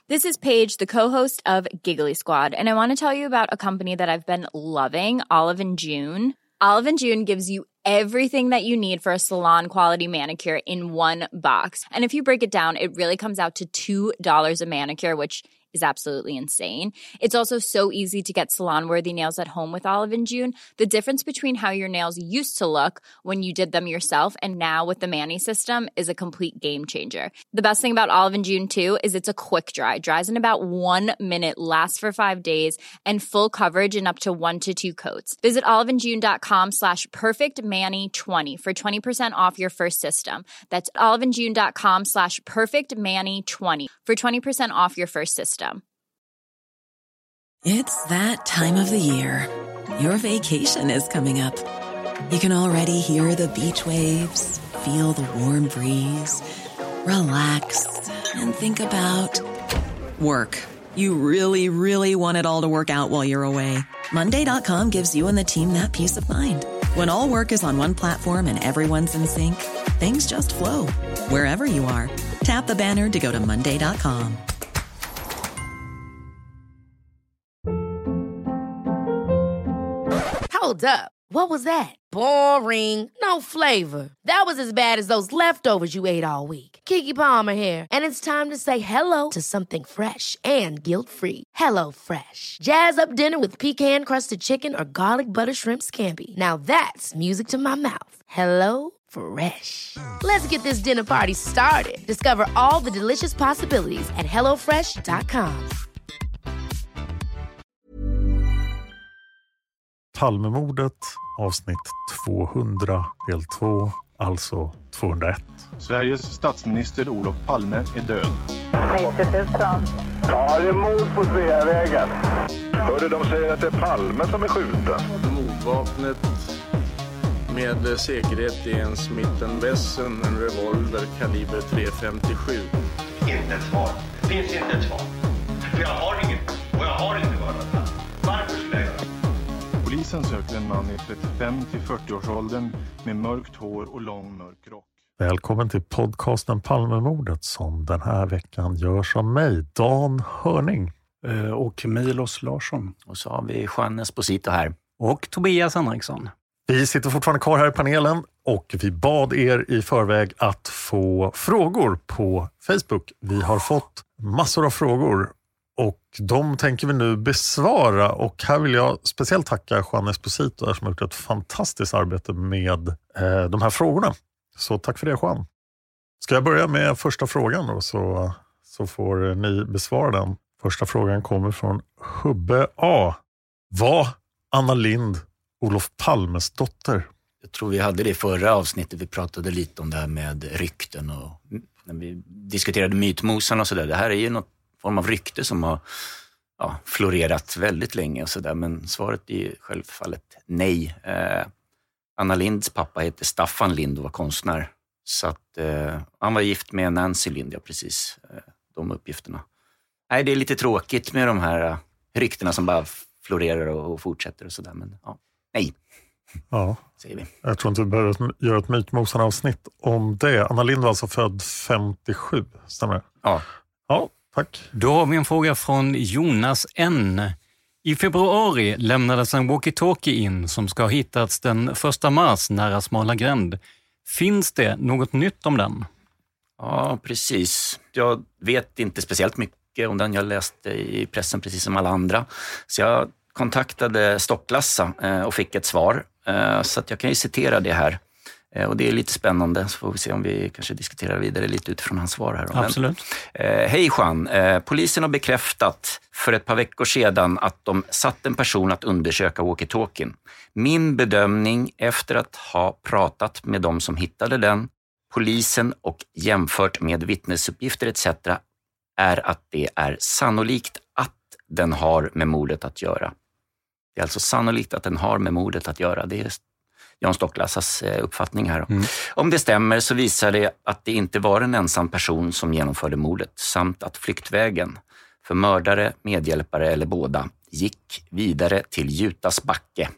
This is Paige, the co-host of Giggly Squad, and I want to tell you about a company that I've been loving, Olive & June. Olive & June gives you everything that you need for a salon-quality manicure in one box. And if you break it down, it really comes out to $2 a manicure, which is absolutely insane. It's also so easy to get salon-worthy nails at home with Olive & June. The difference between how your nails used to look when you did them yourself and now with the Mani system is a complete game changer. The best thing about Olive & June, too, is it's a quick dry. Dries in about 1 minute, lasts for 5 days, and full coverage in up to 1 to 2 coats. Visit oliveandjune.com/perfectmani20 for 20% off your first system. That's oliveandjune.com/perfectmani20 for 20% off your first system. It's that time of the year. Your vacation is coming up. You can already hear the beach waves, feel the warm breeze, relax, and think about work. You really, really want it all to work out while you're away. Monday.com gives you and the team that peace of mind. When all work is on one platform and everyone's in sync, things just flow. Wherever you are, tap the banner to go to Monday.com. Hold up. What was that? Boring. No flavor. That was as bad as those leftovers you ate all week. Keke Palmer here. And it's time to say hello to something fresh and guilt-free. Hello Fresh. Jazz up dinner with pecan-crusted chicken or garlic butter shrimp scampi. Now that's music to my mouth. Hello Fresh. Let's get this dinner party started. Discover all the delicious possibilities at hellofresh.com. Palmemordet, avsnitt 200, del 2, alltså 201. Sveriges statsminister Olof Palme är död. 90 000. Ja, det är mord på Sveavägen. Hörde de säger att det är Palme som är skjuten. Mordvapnet med säkerhet är en Smith & Wesson, en revolver kaliber .357. Inte ett svar. Det finns inte ett svar. För jag har inget. Och jag har inte varit. Varför skulle jag göra? Polisen söker en man i 35-40-årsåldern med mörkt hår och lång mörk rock. Välkommen till podcasten Palmemordet som den här veckan görs av mig, Dan Hörning. Och Milos Larsson. Och så har vi Juan Esposito här. Och Tobias Henriksson. Vi sitter fortfarande kvar här i panelen och vi bad er i förväg att få frågor på Facebook. Vi har fått massor av frågor och de tänker vi nu besvara. Och här vill jag speciellt tacka Juan Esposito som har gjort ett fantastiskt arbete med de här frågorna. Så tack för det, Juan. Ska jag börja med första frågan då, så får ni besvara den. Första frågan kommer från Hubbe A. Var Anna Lindh Olof Palmes dotter? Jag tror vi hade det i förra avsnittet. Vi pratade lite om det här med rykten och när vi diskuterade mytmosan och sådär. Det här är ju något form av rykte som har florerat väldigt länge och sådär. Men svaret är ju självfallet nej. Anna Lindhs pappa heter Staffan Lindh och var konstnär. Så att han var gift med Nancy Lindh, ja precis. De uppgifterna. Nej, det är lite tråkigt med de här ryktena som bara florerar och fortsätter och sådär. Men ja, nej. Ja, säger vi. Jag tror inte vi behöver göra ett mytmosan-avsnitt om det. Anna Lindh var alltså född 57, stämmer det? Ja. Ja, tack. Då har vi en fråga från Jonas N. I februari lämnades en walkie-talkie in som ska ha hittats den 1 mars nära Smala Gränd. Finns det något nytt om den? Ja, precis. Jag vet inte speciellt mycket om den. Jag läste i pressen precis som alla andra. Så jag kontaktade Stocklassa och fick ett svar. Så att jag kan ju citera det här. Och det är lite spännande, så får vi se om vi kanske diskuterar vidare lite utifrån hans svar här. Absolut. Hej Juan, polisen har bekräftat för ett par veckor sedan att de satt en person att undersöka walkie-talkien. Min bedömning efter att ha pratat med de som hittade den, polisen och jämfört med vittnesuppgifter etc. är att det är sannolikt att den har med mordet att göra. Det är alltså sannolikt att den har med mordet att göra. Det är Jan Stocklassas uppfattning här. Om det stämmer så visar det att det inte var en ensam person som genomförde mordet samt att flyktvägen för mördare, medhjälpare eller båda gick vidare till Jutas backe.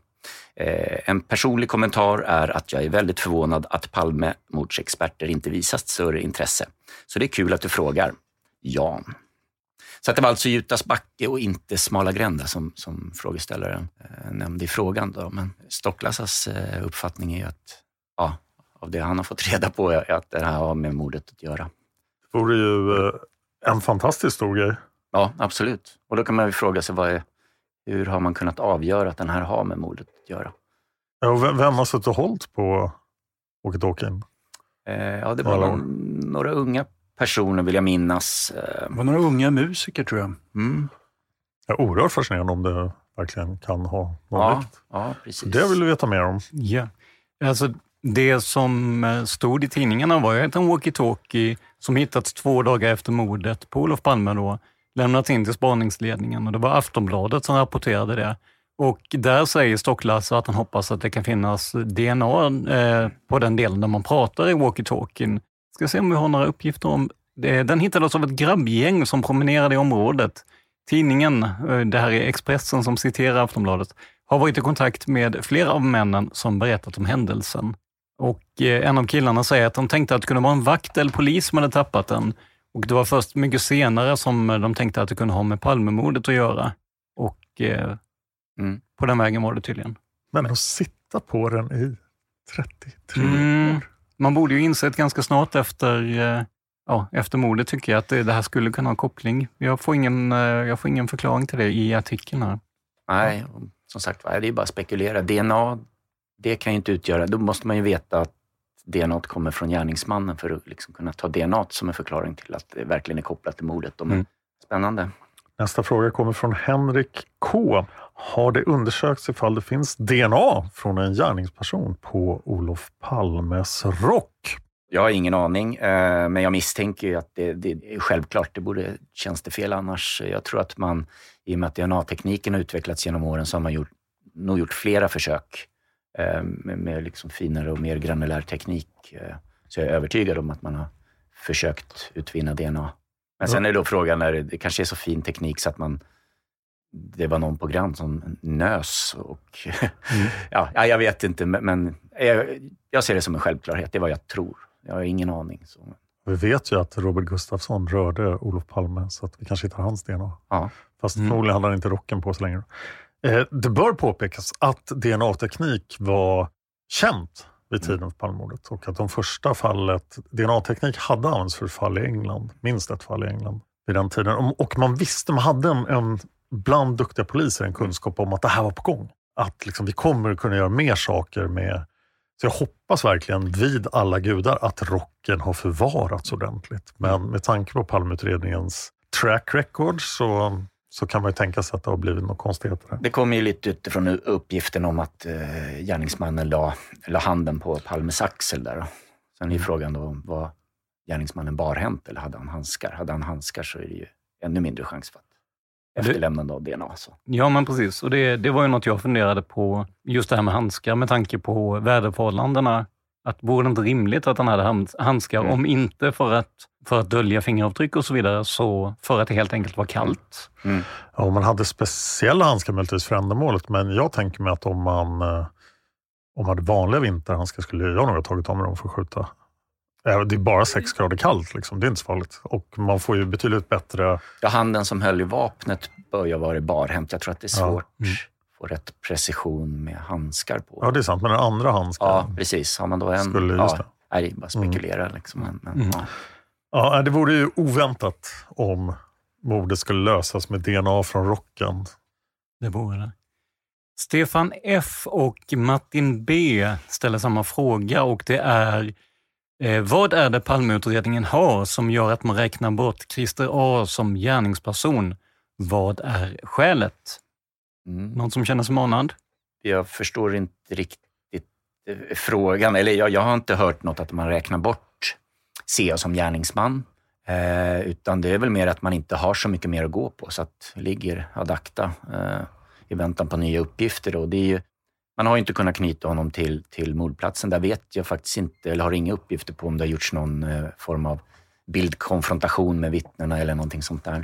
En personlig kommentar är att jag är väldigt förvånad att Palme-mordsexperter inte visat större intresse. Så det är kul att du frågar. Jan. Så att det var alltså Jutas backe och inte Smala Grända som frågeställaren nämnde i frågan då. Men Stoklasas uppfattning är ju att av det han har fått reda på är att det här har med mordet att göra. Det vore ju en fantastiskt stor grej. Ja, absolut. Och då kan man ju fråga sig hur har man kunnat avgöra att den här har med mordet att göra? Ja, och vem har suttit och hållit på walkie-talkien? Det var några unga personer vill jag minnas. Det var några unga musiker tror jag. Jag är oerhört fascinerande om det verkligen kan ha någon vikt. Ja, precis. Det vill du veta mer om. Ja, alltså det som stod i tidningarna var ju att en walkie-talkie som hittats 2 dagar efter mordet på Olof Palme då lämnats in till spaningsledningen, och det var Aftonbladet som rapporterade det. Och där säger Stocklas att han hoppas att det kan finnas DNA på den delen där man pratar i walkie-talkien. Ska se om vi har några uppgifter om det. Den hittades av ett grabbgäng som promenerade i området. Tidningen, det här är Expressen som citerar Aftonbladet, har varit i kontakt med flera av männen som berättat om händelsen. Och en av killarna säger att de tänkte att det kunde vara en vakt eller polis som hade tappat den. Och det var först mycket senare som de tänkte att det kunde ha med Palmemordet att göra. Och på den vägen var det tydligen. Men att sitta på den i 33 år. Man borde ju insett ganska snart efter mordet tycker jag att det här skulle kunna ha koppling. Jag får ingen förklaring till det i artikeln här. Nej, som sagt, det är bara att spekulera. DNA, det kan ju inte utgöra. Då måste man ju veta att DNA kommer från gärningsmannen för att liksom kunna ta DNA som en förklaring till att det verkligen är kopplat till mordet. Spännande. Nästa fråga kommer från Henrik K. Har det undersökts ifall det finns DNA från en gärningsperson på Olof Palmes rock? Jag har ingen aning, men jag misstänker ju att det är självklart. Det borde känns det fel annars. Jag tror att man, i och med att DNA-tekniken har utvecklats genom åren, så har man nog gjort flera försök med liksom finare och mer granulär teknik. Så jag är övertygad om att man har försökt utvinna DNA. Men sen är då frågan när det kanske är så fin teknik så att det var någon program som nös och jag vet inte, men jag ser det som en självklarhet. Det är vad jag tror. Jag har ingen aning. Så. Vi vet ju att Robert Gustafsson rörde Olof Palme, så att vi kanske hittar hans DNA. Ja. Fast förmodligen hade han inte rocken på så länge. Det bör påpekas att DNA-teknik var känt vid tiden för Palmemordet, och att de första fallet, DNA-teknik hade använts för fall i England, minst ett fall i England vid den tiden. Och man visste, man hade en bland duktiga poliser en kunskap om att det här var på gång. Att liksom, vi kommer kunna göra mer saker med. Så jag hoppas verkligen vid alla gudar att rocken har förvarats ordentligt. Men med tanke på Palmeutredningens track record så kan man ju tänka sig att det har blivit något konstigheter. Det kommer ju lite utifrån uppgiften om att gärningsmannen la handen på Palmes axel där. Sen är frågan då, var gärningsmannen barhänt eller hade han handskar? Hade han handskar så är det ju ännu mindre chans för att efterlämnande av DNA. Så. Ja, men precis. Och det var ju något jag funderade på, just det här med handskar, med tanke på väderförhållandena. Att vore det inte rimligt att han hade handskar, om inte för att dölja fingeravtryck och så vidare, så för att det helt enkelt var kallt. Ja, om man hade speciella handskar möjligtvis för ändamålet, men jag tänker mig att om man hade vanliga vinterhandskar skulle jag nog ha tagit av med dem för att skjuta. Det är bara 6 grader kallt, liksom. Det är inte så farligt. Och man får ju betydligt bättre. Ja, handen som höll i vapnet bör ju vara barhänt. Jag tror att det är svårt att få rätt precision med handskar på. Ja, det är sant. Men den andra handskan. Ja, precis. Har man då en. Skulle just det. Nej, det är bara spekulera liksom. Ja, det vore ju oväntat om mordet skulle lösas med DNA från rocken. Det vore det. Stefan F och Martin B ställer samma fråga, och det är: vad är det Palmeutredningen har som gör att man räknar bort Christer A som gärningsperson? Vad är skälet? Någon som känner sig manad? Jag förstår inte riktigt frågan. Eller jag har inte hört något att man räknar bort C som gärningsman. Utan det är väl mer att man inte har så mycket mer att gå på. Så att ligger ad acta i väntan på nya uppgifter. Och det är ju, man har ju inte kunnat knyta honom till mordplatsen. Där vet jag faktiskt inte, eller har inga uppgifter på om det har gjorts någon form av bildkonfrontation med vittnena eller någonting sånt där.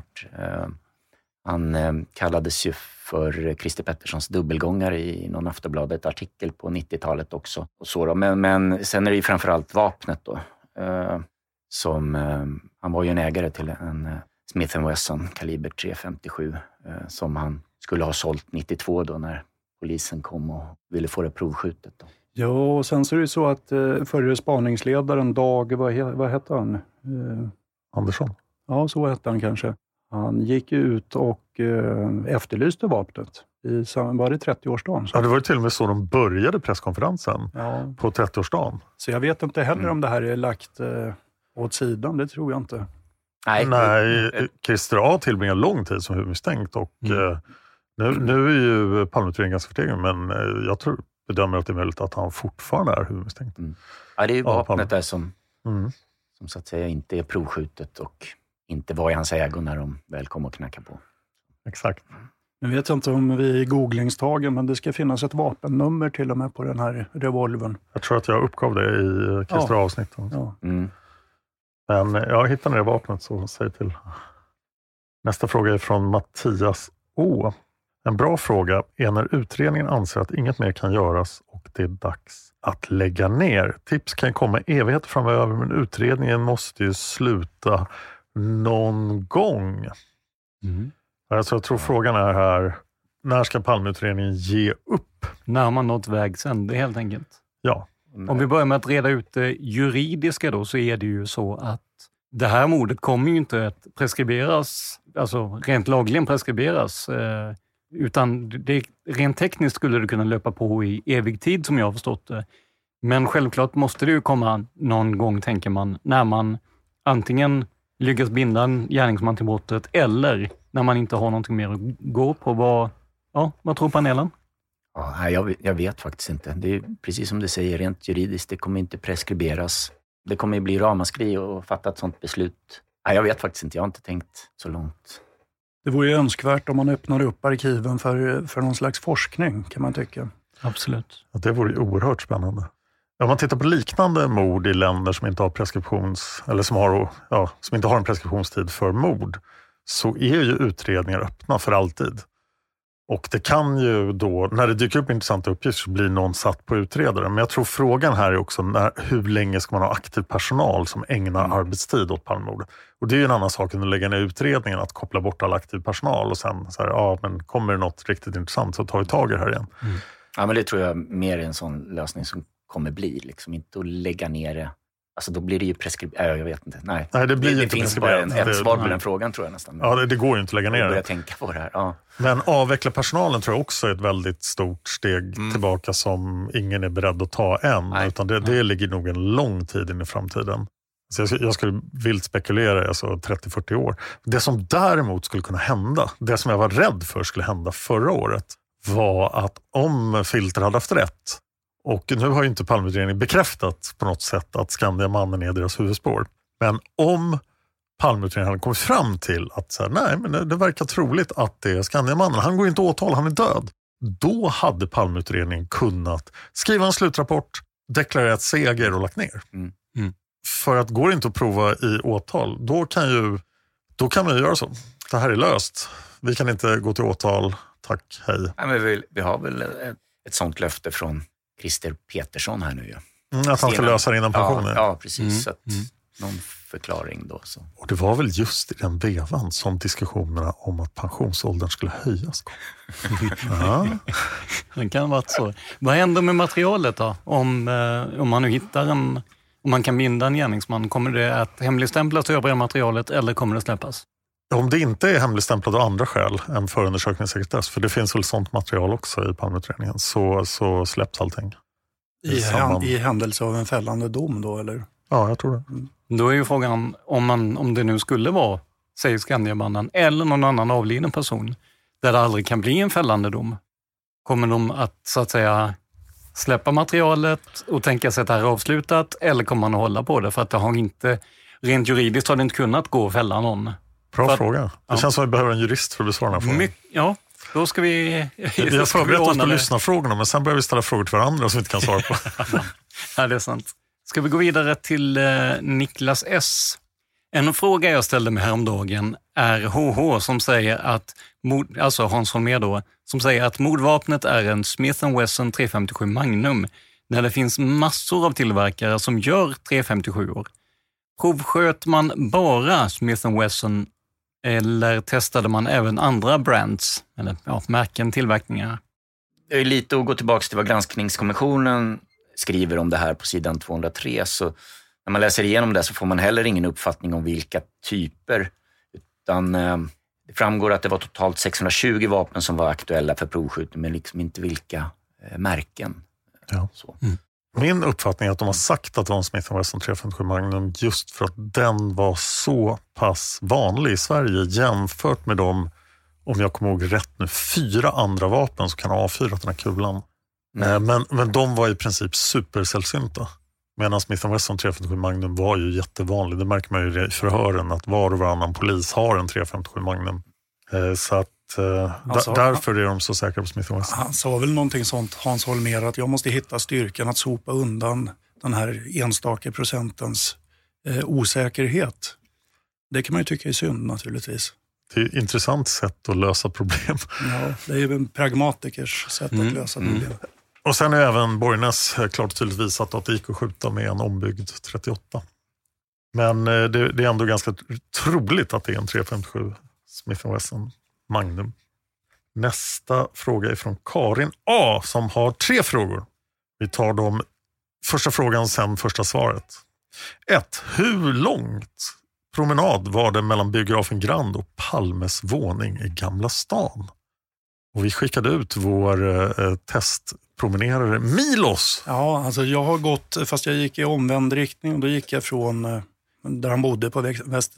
Han kallades ju för Christer Petterssons dubbelgångare i någon Aftonbladet-artikel på 90-talet också. Och så då. Men sen är det ju framförallt vapnet då. Han var ju en ägare till en Smith & Wesson kaliber .357 som han skulle ha sålt 92 då när polisen kom och ville få det provskjutet då. Ja, och sen så är det så att förre spaningsledaren Dag, vad hette han? Andersson. Ja, så hette han kanske. Han gick ut och efterlyste vapnet. Var det 30-årsdagen? Ja, det var ju till och med så de började presskonferensen på 30-årsdagen. Så jag vet inte heller om det här är lagt åt sidan, det tror jag inte. Nej, Christer A tillbringar lång tid som huvudmisstänkt och nu är ju Palmeutredningen ganska förtegen, men jag bedömer att det är möjligt att han fortfarande är huvudmisstänkt. Ja, det är ju vapnet där som så att säga inte är provskjutet och inte var i hans ägo när de väl kom och knackade på. Exakt. Nu vet jag inte om vi är googlingstagen, men det ska finnas ett vapennummer till och med på den här revolvern. Jag tror att jag uppgav det i Christer avsnittet. Ja. Men jag hittar det vapnet, så säg till. Nästa fråga är från Mattias Å. En bra fråga är när utredningen anser att inget mer kan göras och det är dags att lägga ner. Tips kan komma evigheter framöver, men utredningen måste ju sluta någon gång. Alltså jag tror frågan är här, när ska Palmeutredningen ge upp? När man nått vägs ände helt enkelt. Ja. Om vi börjar med att reda ut det juridiska då, så är det ju så att det här mordet kommer ju inte att preskriberas, alltså rent lagligen preskriberas, utan rent tekniskt skulle det kunna löpa på i evig tid som jag har förstått det. Men självklart måste det ju komma någon gång, tänker man, när man antingen lyckas binda en gärningsman till brottet eller när man inte har någonting mer att gå på. Vad tror panelen? Ja, jag vet faktiskt inte. Det är precis som du säger, rent juridiskt, det kommer inte preskriberas. Det kommer bli ramaskri och fatta ett sånt beslut. Jag vet faktiskt inte, jag har inte tänkt så långt. Det vore ju önskvärt om man öppnar upp arkiven för någon slags forskning, kan man tycka. Absolut. Ja, det vore ju oerhört spännande. Om man tittar på liknande mord i länder som inte har som inte har en preskriptionstid för mord, så är ju utredningar öppna för alltid. Och det kan ju då, när det dyker upp intressanta uppgifter, så blir någon satt på utredare. Men jag tror frågan här är också hur länge ska man ha aktiv personal som ägnar arbetstid åt Palmemordet. Och det är ju en annan sak än att lägga ner utredningen, att koppla bort all aktiv personal och sen så här, men kommer det något riktigt intressant så tar vi tag i det här igen. Ja, men det tror jag mer är en sån lösning som kommer bli, liksom inte att lägga ner det. Alltså då blir det ju jag vet inte. Nej, det blir det finns bara ett svar på den frågan, tror jag nästan. Ja, det går ju inte att lägga ner det. Jag tänka på det här. Ja. Men avveckla personalen tror jag också är ett väldigt stort steg tillbaka som ingen är beredd att ta än. Nej. Utan det ligger nog en lång tid in i framtiden. Så jag skulle vilt spekulera 30-40 år. Det som däremot skulle kunna hända, det som jag var rädd för skulle hända förra året, var att om Filter hade haft rätt, och nu har ju inte Palmeutredningen bekräftat på något sätt att Skandiamannen är deras huvudspår. Men om Palmeutredningen hade kommit fram till att men det verkar troligt att det är Skandiamannen, han går inte åtal, han är död. Då hade Palmeutredningen kunnat skriva en slutrapport, deklarera ett seger och lagt ner. För att går det inte att prova i åtal, då kan man ju göra så. Det här är löst. Vi kan inte gå till åtal. Tack, hej. Ja, men vi har väl ett sånt löfte från Christer Petersson här nu. Ja. Att han ska lösa det innan pensionen. Ja, precis. Så att någon förklaring då. Så. Och det var väl just i den vevan som diskussionerna om att pensionsåldern skulle höjas. Ja. Det kan vara så. Vad händer med materialet då? Om man nu hittar om man kan binda en gärningsman, kommer det att hemligstämplas övriga materialet eller kommer det släppas? Om det inte är hemligstämplat av andra skäl än förundersökningssekretess, för det finns väl sånt material också i Palmeutredningen, så släpps allting. I händelse av en fällande dom då, eller? Ja, jag tror det. Då är ju frågan om det nu skulle vara, säger Skandiamannen, eller någon annan avliden person, där det aldrig kan bli en fällande dom. Kommer de att, så att säga, släppa materialet och tänka sig att det här är avslutat, eller kommer man att hålla på det? För att det har inte, rent juridiskt har det inte kunnat gå att fälla någon. Bra fråga. Det känns som att vi behöver en jurist för att besvara den här frågan. Då ska vi... Vi har förberett oss på lyssnarfrågorna, men sen börjar vi ställa frågor till varandra som vi inte kan svara på. Ja, det är sant. Ska vi gå vidare till Niklas S. En fråga jag ställde mig häromdagen är HH som säger att, alltså Hans Holmér då, som säger att mordvapnet är en Smith & Wesson 357 Magnum, när det finns massor av tillverkare som gör 357-or. Provsköt man bara Smith & Wesson Eller testade man även andra brands, eller märken, tillverkningar? Det är lite att gå tillbaka till vad granskningskommissionen skriver om det här på sidan 203. Så när man läser igenom det så får man heller ingen uppfattning om vilka typer. Utan det framgår att det var totalt 620 vapen som var aktuella för provskjutning, men liksom inte vilka märken. Ja. Så. Min uppfattning är att de har sagt att det var en Smith & Wesson 357 Magnum just för att den var så pass vanlig i Sverige jämfört med de, om jag kommer ihåg rätt nu, 4 andra vapen som kan ha avfyrat den här kulan. Men de var i princip supersällsynta. Medan Smith & Wesson 357 Magnum var ju jättevanlig. Det märker man ju i förhören att var och varannan polis har en 357 Magnum. Så att därför är de så säkra på Smith & Wesson. Han sa väl någonting sånt, Hans Holmér, att jag måste hitta styrkan att sopa undan den här enstaka procentens osäkerhet. Det kan man ju tycka är synd naturligtvis. Det är ett intressant sätt att lösa problem. Ja, det är ju en pragmatikers sätt att lösa problem. Och sen är även Borgnäs klart och tydligt visat att det gick att skjuta med en ombyggd 38. Men det är ändå ganska troligt att det är en 357 Smith & Wesson Magnum. Nästa fråga är från Karin A som har 3 frågor. Vi tar dem första frågan sen första svaret. 1. Hur långt promenad var det mellan biografen Grand och Palmes våning i Gamla stan? Och vi skickade ut vår testpromenerare Milos. Ja, alltså jag har gått, fast jag gick i omvänd riktning och då gick jag från där han bodde på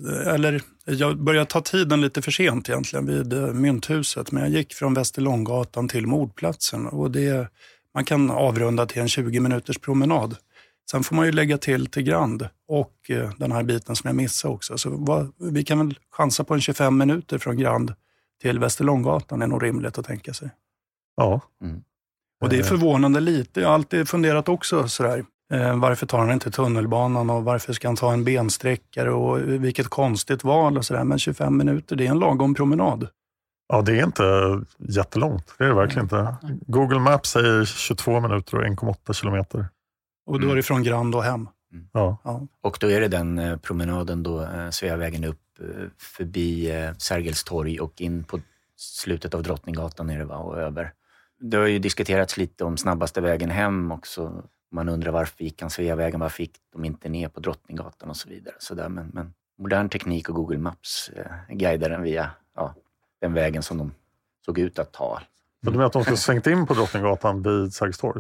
jag började ta tiden lite för sent egentligen vid Mynthuset, men jag gick från Västerlånggatan till mordplatsen och man kan avrunda till en 20 minuters promenad. Sen får man ju lägga till Grand och den här biten som jag missade också. Så vi kan väl chansa på en 25 minuter från Grand till Västerlånggatan är nog rimligt att tänka sig. Ja. Och det är förvånande lite. Jag har alltid funderat också sådär. Varför tar han inte tunnelbanan och varför ska han ta en bensträckare och vilket konstigt val och sådär. Men 25 minuter, det är en lagom promenad. Ja, det är inte jättelångt. Det är det verkligen inte. Google Maps säger 22 minuter och 1,8 kilometer. Och då är det från Grand och hem. Ja. Och då är det den promenaden då Sveavägen upp förbi Sergels torg och in på slutet av Drottninggatan är det, och över. Det har ju diskuterats lite om snabbaste vägen hem också. Man undrar varför gick han Sveavägen, varför gick de inte ner på Drottninggatan och så vidare. Så där, men modern teknik och Google Maps guidar den via den vägen som de såg ut att ta. Så du menar att de skulle svängt in på Drottninggatan vid Sergels torg?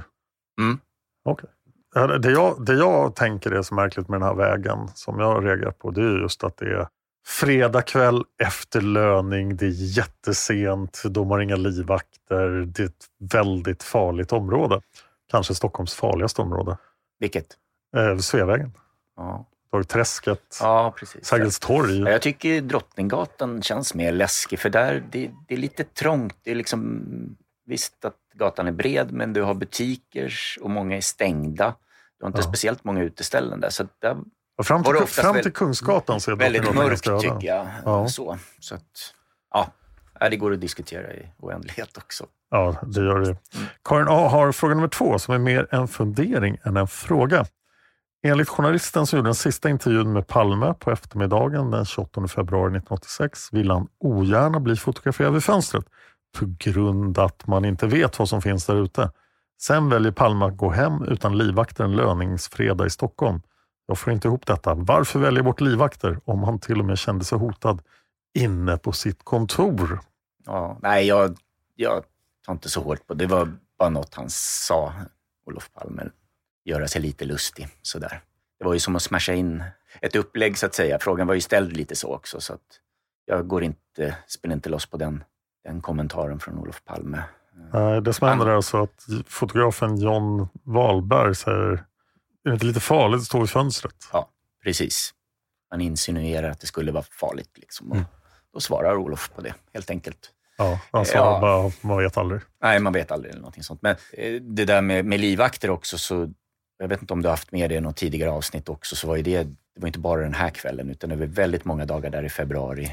Okej. Det jag tänker är så märkligt med den här vägen som jag reagerar på, det är just att det är fredag kväll efter löning, det är jättesent, de har inga livvakter, det är ett väldigt farligt område. Kanske Stockholms farligaste område. Vilket? Sveavägen. Ja. Torgträsket. Ja, precis. Sergels torg. Ja, jag tycker Drottninggatan känns mer läskig för där det är lite trångt. Det är liksom, visst att gatan är bred men du har butiker och många är stängda. Du har inte speciellt många uteställen där. Så där fram till Kungsgatan så är det väldigt mörkt tycker jag. Ja. Så att, det går att diskutera i oändlighet också. Ja, det gör det. Karin A har fråga nummer 2 som är mer en fundering än en fråga. Enligt journalisten som gjorde den sista intervjun med Palme på eftermiddagen den 28 februari 1986 vill han ogärna bli fotograferad vid fönstret på grund att man inte vet vad som finns där ute. Sen väljer Palme att gå hem utan livvakter en löningsfredag i Stockholm. Jag får inte ihop detta. Varför väljer bort livvakter om han till och med kände sig hotad inne på sitt kontor? Ja, nej, jag tar inte så hårt på det. Det var bara något han sa, Olof Palme. Göra sig lite lustig, sådär. Det var ju som att smasha in ett upplägg så att säga. Frågan var ju ställd lite så också, så att jag spelar inte loss på den kommentaren från Olof Palme. Det som händer är alltså att fotografen John Wahlberg säger, är det inte lite farligt att stå i fönstret? Ja, precis. Man insinuerar att det skulle vara farligt liksom. Och då svarar Olof på det, helt enkelt. Ja, han svarar bara, man vet aldrig. Nej, man vet aldrig eller någonting sånt. Men det där med livvakter också, så jag vet inte om du har haft med det i något tidigare avsnitt också, så var ju det var inte bara den här kvällen utan det var väldigt många dagar där i februari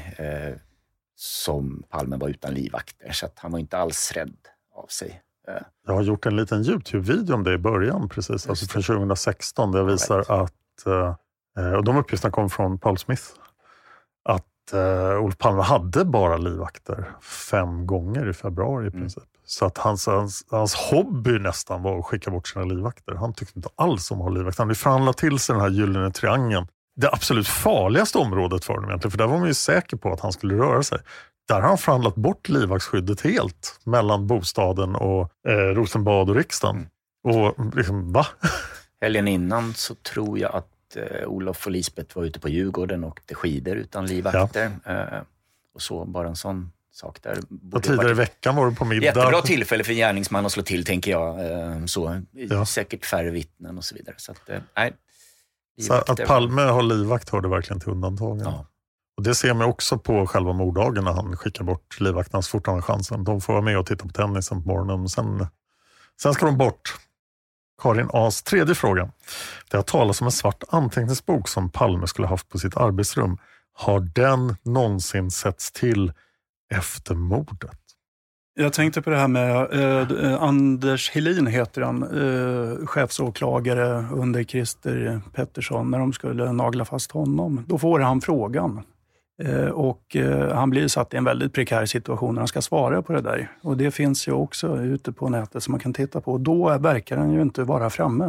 som Palme var utan livvakter, så att han var inte alls rädd av sig. Jag har gjort en liten YouTube-video om det i början precis, alltså från 2016 där jag visar att, och de uppgifterna kom från Paul Smith, att Olof Palme hade bara livvakter 5 gånger i februari i princip. Så att hans hobby nästan var att skicka bort sina livvakter. Han tyckte inte alls om att ha livvakter. Han hade förhandlat till sig den här gyllene triangeln. Det absolut farligaste området för honom egentligen. För där var man ju säker på att han skulle röra sig. Där har han förhandlat bort livvaktsskyddet helt. Mellan bostaden och Rosenbad och riksdagen. Och liksom, va? Helgen innan så tror jag att Olof och Lisbeth var ute på Djurgården och åkte skidor utan livvakter. Och så bara en sån sak där. Och tidigare i veckan var du på middag. Jättebra tillfälle för gärningsman att slå till, tänker jag. Säkert färre vittnen och så vidare. Så att, nej. Så att Palme har livvakt hörde verkligen till undantagen. Ja. Och det ser man också på själva morddagen när han skickar bort livvakterna så fort han har chansen. De får vara med och titta på tennisen på morgonen. Sen ska de bort. Karin A's tredje fråga. Det har talats om en svart anteckningsbok som Palme skulle haft på sitt arbetsrum. Har den någonsin setts till efter mordet? Jag tänkte på det här med Anders Helin heter han, chefsåklagare under Christer Pettersson, när de skulle nagla fast honom. Då får han frågan och han blir satt i en väldigt prekär situation när han ska svara på det där. Och det finns ju också ute på nätet som man kan titta på. Och då verkar han ju inte vara framme.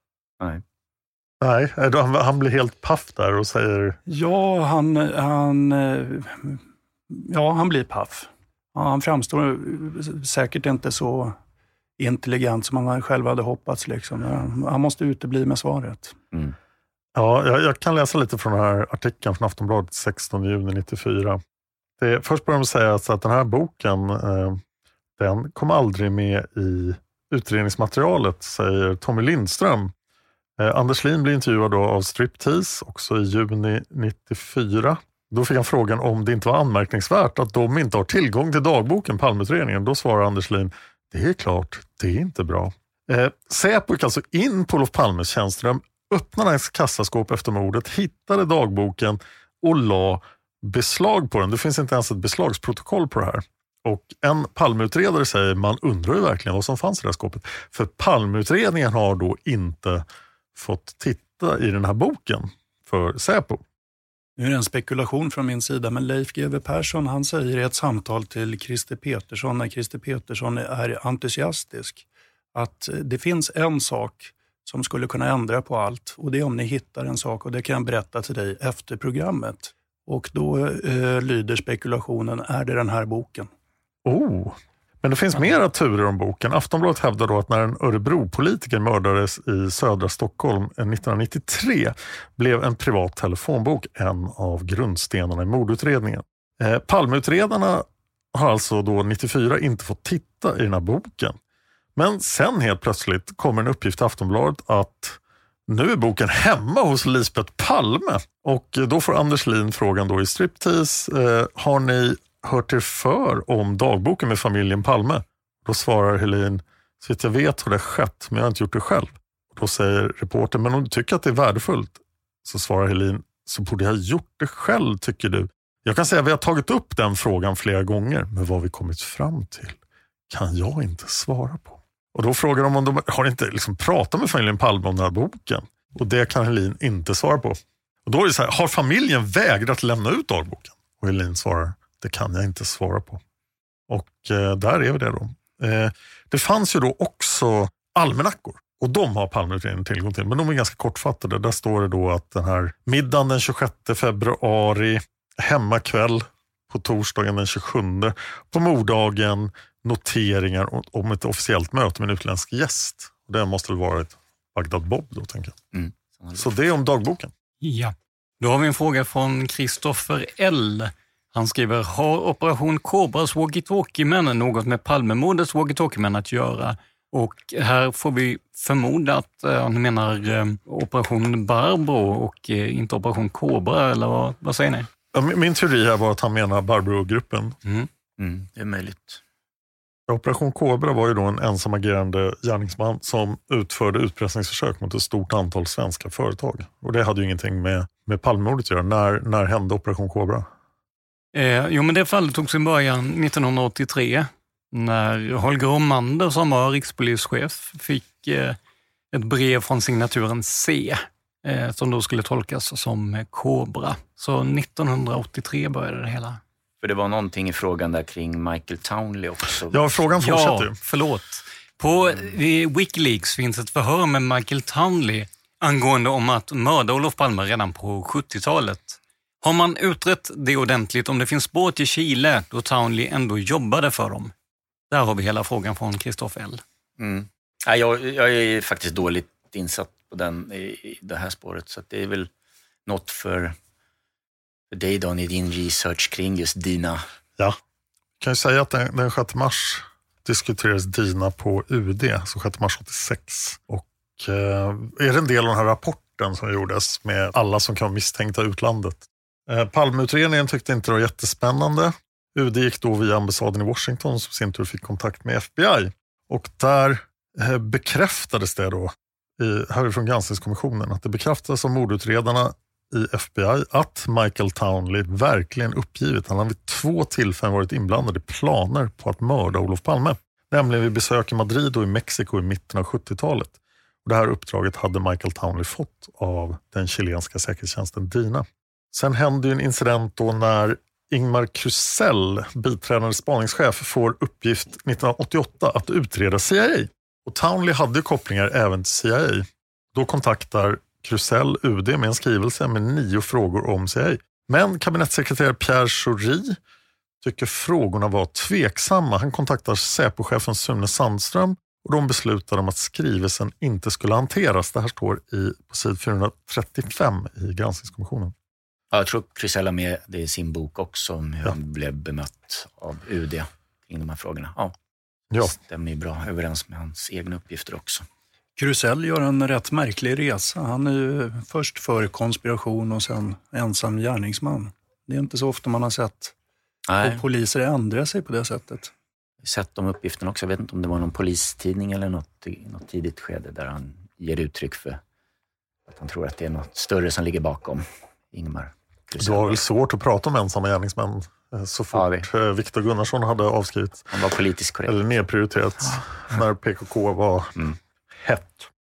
Nej, han blir helt paff där och säger... Ja, han blir paff. Han framstår säkert inte så intelligent som han själv hade hoppats. Liksom. Han måste utebli med svaret. Mm. Ja, jag kan läsa lite från den här artikeln från Aftonbladet 16 juni 94. Först börjar de säga att den här boken den kom aldrig med i utredningsmaterialet, säger Tommy Lindström. Anders Lin blir intervjuad då av Striptease också i juni 94. Då fick han frågan om det inte var anmärkningsvärt att de inte har tillgång till dagboken Palmeutredningen. Då svarar Anders Lin, det är klart, det är inte bra. Säpo gick alltså in på Olof Palmes tjänsterum, öppnade hans kassaskåp efter mordet, hittade dagboken och la beslag på den. Det finns inte ens ett beslagsprotokoll på det här. Och en Palmeutredare säger, man undrar ju verkligen vad som fanns i det här skåpet. För Palmeutredningen har då inte fått titta i den här boken för Säpo. Nu är det en spekulation från min sida, men Leif GW Persson, han säger i ett samtal till Christer Pettersson, när Christer Pettersson är entusiastisk, att det finns en sak som skulle kunna ändra på allt, och det är om ni hittar en sak, och det kan jag berätta till dig efter programmet. Och då lyder spekulationen, är det den här boken? Men det finns mera turer om boken. Aftonbladet hävdar då att när en Örebro-politiker mördades i södra Stockholm 1993 blev en privat telefonbok en av grundstenarna i mordutredningen. Palmeutredarna har alltså då 94 inte fått titta i den här boken. Men sen helt plötsligt kommer en uppgift till Aftonbladet att nu är boken hemma hos Lisbeth Palme. Och då får Anders Lin frågan då i Striptease, har ni hört er för om dagboken med familjen Palme? Då svarar Helin, så att jag vet hur det skett, men jag har inte gjort det själv. Och då säger reportern, men om du tycker att det är värdefullt, så svarar Helin, så borde jag ha gjort det själv, tycker du? Jag kan säga att vi har tagit upp den frågan flera gånger, men vad vi kommit fram till kan jag inte svara på. Och då frågar de om de har inte liksom pratat med familjen Palme om den här boken. Och det kan Helin inte svara på. Och då är det så här, har familjen vägrat lämna ut dagboken? Och Helin svarar, det kan jag inte svara på. Och där är vi det då. Det fanns ju då också almanackor. Och de har Palmeutredningen tillgång till. Men de är ganska kortfattade. Där står det då att den här middagen den 26 februari, hemmakväll på torsdagen den 27, på morddagen noteringar om ett officiellt möte med en utländsk gäst. Och det måste väl vara ett Bagdad Bob då, tänker jag. Så det är om dagboken. Ja, då har vi en fråga från Kristoffer L. Han skriver, har Operation Kobras walkie-talkie-män något med Palmemordets walkie-talkie-män att göra? Och här får vi förmoda att han menar Operation Barbro och inte Operation Kobra, eller vad säger ni? Min teori här var att han menar Barbro-gruppen. Det är möjligt. Operation Kobra var ju då en ensamagerande gärningsman som utförde utpressningsförsök mot ett stort antal svenska företag. Och det hade ju ingenting med Palmemordet att göra. När hände Operation Kobra? Jo, men det fallet tog sin början 1983 när Holger Romander som var rikspolischef fick ett brev från signaturen C som då skulle tolkas som kobra. Så 1983 började det hela. För det var någonting i frågan där kring Michael Townley också. Ja, frågan fortsätter ju. Ja, förlåt. På Wikileaks finns ett förhör med Michael Townley angående om att mörda Olof Palme redan på 70-talet. Har man utrett det ordentligt om det finns spår till Chile då Townley ändå jobbade för dem? Där har vi hela frågan från Kristoffer L. Mm. Ja, jag är faktiskt dåligt insatt på i det här spåret, så att det är väl något för dig Dan i din research kring just Dina. Ja, kan jag säga att den 6 mars diskuterades Dina på UD, så 6 mars 86. Och är det en del av den här rapporten som gjordes med alla som kan vara misstänkta i utlandet. Palmeutredningen tyckte inte det var jättespännande. UD gick då via ambassaden i Washington som sin tur fick kontakt med FBI. Och där bekräftades det då, härifrån granskningskommissionen, att det bekräftades av mordutredarna i FBI att Michael Townley verkligen uppgivit. Han har vid 2 tillfällen varit inblandad i planer på att mörda Olof Palme. Nämligen vid besök i Madrid och i Mexiko i mitten av 70-talet. Och det här uppdraget hade Michael Townley fått av den chilenska säkerhetstjänsten Dina. Sen hände ju en incident då när Ingmar Krusell, biträdande spaningschef, får uppgift 1988 att utreda CIA. Och Townley hade kopplingar även till CIA. Då kontaktar Krusell UD med en skrivelse med 9 frågor om CIA. Men kabinettssekreterare Pierre Schori tycker frågorna var tveksamma. Han kontaktar Säpochefen Sune Sandström och de beslutar om att skrivelsen inte skulle hanteras. Det här står på sid 435 i granskningskommissionen. Ja, jag tror Krusell har med det i sin bok också om hur han blev bemött av UD kring de här frågorna. Ja. Det stämmer ju bra överens med hans egna uppgifter också. Krusell gör en rätt märklig resa. Han är ju först för konspiration och sen ensam gärningsman. Det är inte så ofta man har sett och poliser ändra sig på det sättet. Jag har sett de uppgifterna också. Jag vet inte om det var någon polistidning eller något tidigt skede där han ger uttryck för att han tror att det är något större som ligger bakom Ingmar Krusell. Det var väl svårt att prata om ensamma gärningsmän så fort Viktor Gunnarsson hade avskrivit. Han var politiskt korrekt. Eller nedprioriterat när PKK var hett.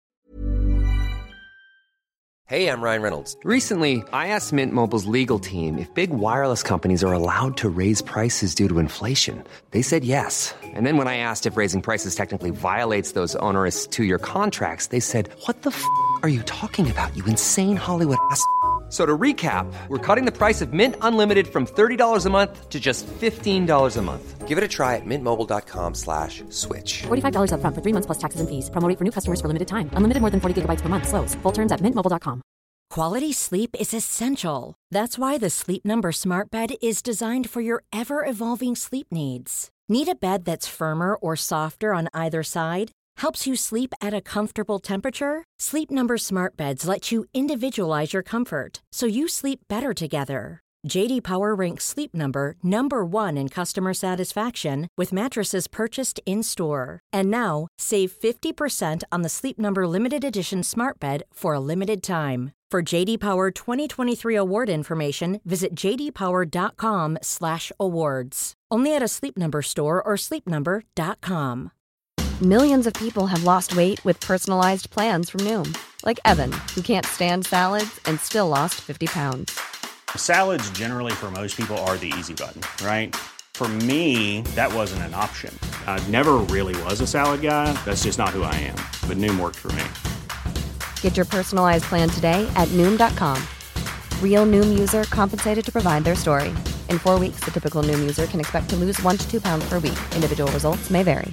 Hey, I'm Ryan Reynolds. Recently, I asked Mint Mobile's legal team if big wireless companies are allowed to raise prices due to inflation. They said yes. And then when I asked if raising prices technically violates those onerous 2-year contracts, they said, "What the f*** are you talking about, you insane Hollywood ass?" So to recap, we're cutting the price of Mint Unlimited from $30 a month to just $15 a month. Give it a try at mintmobile.com/switch. $45 up front for 3 months plus taxes and fees. Promo rate for new customers for limited time. Unlimited more than 40 gigabytes per month. Slows full terms at mintmobile.com. Quality sleep is essential. That's why the Sleep Number Smart Bed is designed for your ever-evolving sleep needs. Need a bed that's firmer or softer on either side? Helps you sleep at a comfortable temperature? Sleep Number Smart Beds let you individualize your comfort so you sleep better together. JD Power ranks Sleep Number #1 in customer satisfaction with mattresses purchased in-store. And now, save 50% on the Sleep Number Limited Edition Smart Bed for a limited time. For JD Power 2023 award information, visit jdpower.com/awards. Only at a Sleep Number store or sleepnumber.com. Millions of people have lost weight with personalized plans from Noom. Like Evan, who can't stand salads and still lost 50 pounds. Salads generally for most people are the easy button, right? For me, that wasn't an option. I never really was a salad guy. That's just not who I am. But Noom worked for me. Get your personalized plan today at Noom.com. Real Noom user compensated to provide their story. In 4 weeks, the typical Noom user can expect to lose 1 to 2 pounds per week. Individual results may vary.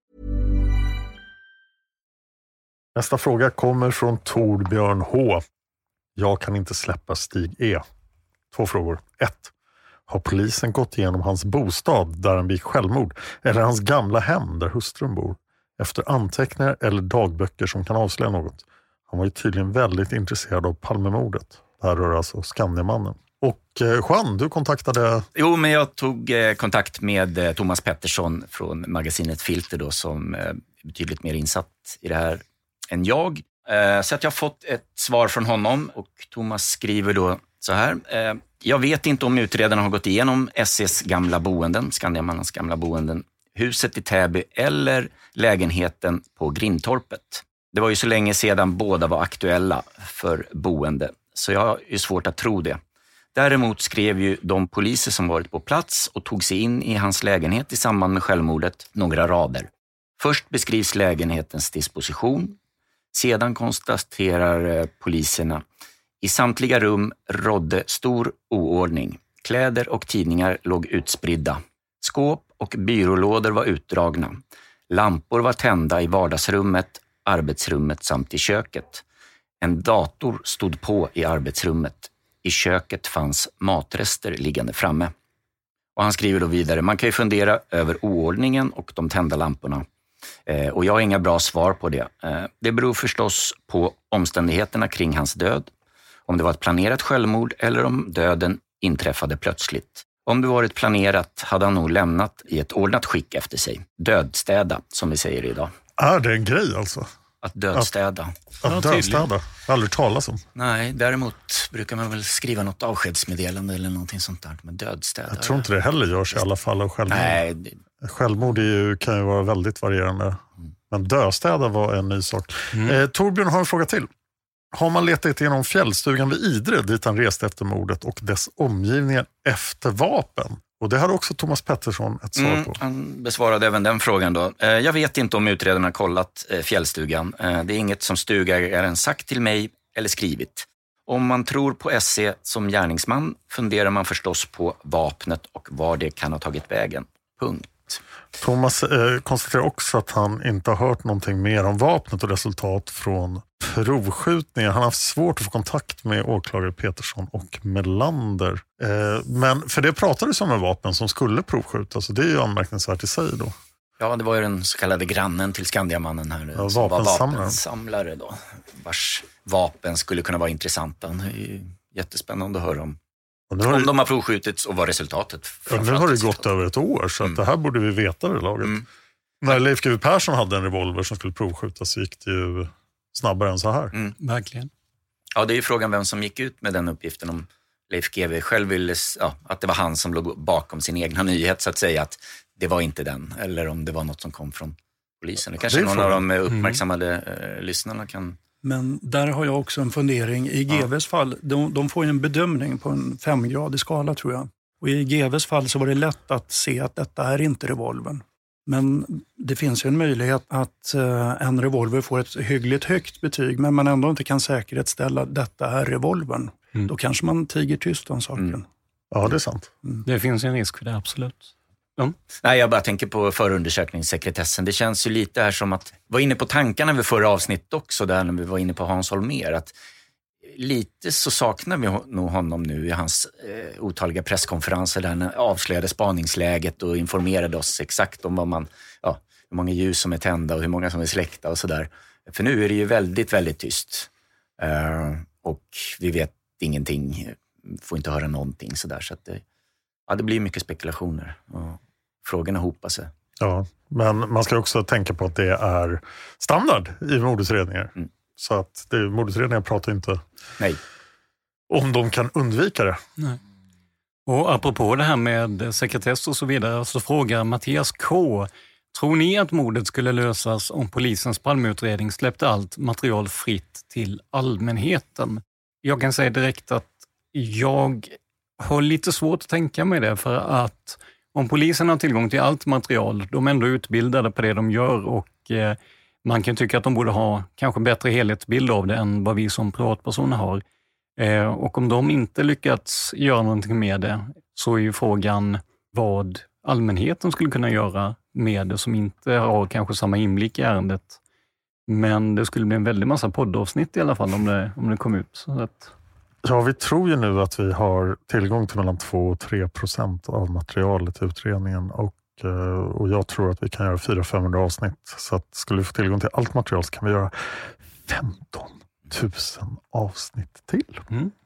Nästa fråga kommer från Torbjörn H. Jag kan inte släppa Stig E. 2 frågor. 1. Har polisen gått igenom hans bostad där han begick självmord eller hans gamla hem där hustrun bor efter anteckningar eller dagböcker som kan avslöja något? Han var ju tydligen väldigt intresserad av Palmemordet. Det här rör alltså Skandiamannen. Och Juan, du kontaktade... Jo, men jag tog kontakt med Thomas Pettersson från magasinet Filter då, som är betydligt mer insatt i det här än jag. Så att jag har fått ett svar från honom och Thomas skriver då så här. Jag vet inte om utredarna har gått igenom SEs gamla boenden, Skandiamannens gamla boenden, huset i Täby eller lägenheten på Grindtorpet. Det var ju så länge sedan båda var aktuella för boende, så jag har ju svårt att tro det. Däremot skrev ju de poliser som varit på plats och tog sig in i hans lägenhet i samband med självmordet några rader. Först beskrivs lägenhetens disposition. Sedan konstaterar poliserna: i samtliga rum rådde stor oordning. Kläder och tidningar låg utspridda. Skåp och byrålådor var utdragna. Lampor var tända i vardagsrummet, arbetsrummet samt i köket. En dator stod på i arbetsrummet. I köket fanns matrester liggande framme. Och han skriver då vidare: man kan ju fundera över oordningen och de tända lamporna. Och jag har inga bra svar på det. Det beror förstås på omständigheterna kring hans död. Om det var ett planerat självmord eller om döden inträffade plötsligt. Om det varit planerat hade han nog lämnat i ett ordnat skick efter sig. Dödstäda, som vi säger idag. Är det en grej alltså? Att dödstäda. Att dödstäda? Jag har aldrig talat om. Nej, däremot brukar man väl skriva något avskedsmeddelande eller någonting sånt där. Men dödstäda. Jag tror inte det heller görs i alla fall av självmord. Nej. Självmord kan ju vara väldigt varierande. Men dödstäda var en ny sak. Torbjörn har en fråga till. Har man letat igenom fjällstugan vid Idre dit han reste efter mordet och dess omgivningar efter vapen? Och det hade också Thomas Pettersson ett svar på. Han besvarade även den frågan då. Jag vet inte om utredarna kollat fjällstugan. Det är inget som stugägaren sagt till mig eller skrivit. Om man tror på SC som gärningsman funderar man förstås på vapnet och var det kan ha tagit vägen. Punkt. Thomas konstaterar också att han inte har hört någonting mer om vapnet och resultat från provskjutningar. Han har haft svårt att få kontakt med åklagare Petersson och Melander. Men för det pratades om en vapen som skulle provskjutas, så det är ju anmärkningsvärt i sig då. Ja, det var ju den så kallade grannen till Skandiamannen här. Ja, som var vapensamlare då. Vars vapen skulle kunna vara intressanta. Det är ju jättespännande att höra om. Om de har provskjutits och vad resultatet. Ja, nu har det gått över ett år, så att det här borde vi veta det laget. När Leif GW Persson hade en revolver som skulle provskjutas så gick det ju snabbare än så här. Verkligen. Ja, det är ju frågan vem som gick ut med den uppgiften. Om Leif GW själv ville, att det var han som låg bakom sin egna nyhet så att säga, att det var inte den. Eller om det var något som kom från polisen. Det kanske någon av de uppmärksammade lyssnarna kan... Men där har jag också en fundering. I GWs fall, de får ju en bedömning på en 5-gradig skala tror jag. Och i GWs fall så var det lätt att se att detta är inte revolvern. Men det finns ju en möjlighet att en revolver får ett hyggligt högt betyg men man ändå inte kan säkerhetsställa att detta är revolvern. Då kanske man tiger tyst om saken. Ja, det är sant. Det finns en risk för det, absolut. Nej, jag bara tänker på förundersökningssekretessen. Det känns ju lite här som att var inne på tankarna vid förra avsnittet också, där när vi var inne på Hans Holmér, att lite så saknar vi nog honom nu i hans otaliga presskonferenser där han avslöjade spaningsläget och informerade oss exakt om vad man, hur många ljus som är tända och hur många som är släckta och sådär. För nu är det ju väldigt, väldigt tyst. Och vi vet ingenting, får inte höra någonting sådär, så att det blir mycket spekulationer och frågorna hopar sig. Ja, men man ska också tänka på att det är standard i mordutredningar. Så att mordutredningar pratar inte om de kan undvika det. Nej. Och apropå det här med sekretess och så vidare så frågar Mattias K. Tror ni att mordet skulle lösas om polisens Palmeutredning släppte allt material fritt till allmänheten? Jag kan säga direkt att jag har lite svårt att tänka mig det, för att om polisen har tillgång till allt material, de är ändå utbildade på det de gör och man kan tycka att de borde ha kanske bättre helhetsbild av det än vad vi som privatpersoner har. Och om de inte lyckats göra någonting med det så är ju frågan vad allmänheten skulle kunna göra med det som inte har kanske samma inblick i ärendet. Men det skulle bli en väldigt massa poddavsnitt i alla fall om det kom ut. Så att... Ja, vi tror ju nu att vi har tillgång till mellan 2-3% av materialet i utredningen och jag tror att vi kan göra 400-500 avsnitt. Så att skulle vi få tillgång till allt material så kan vi göra 15 000 avsnitt till.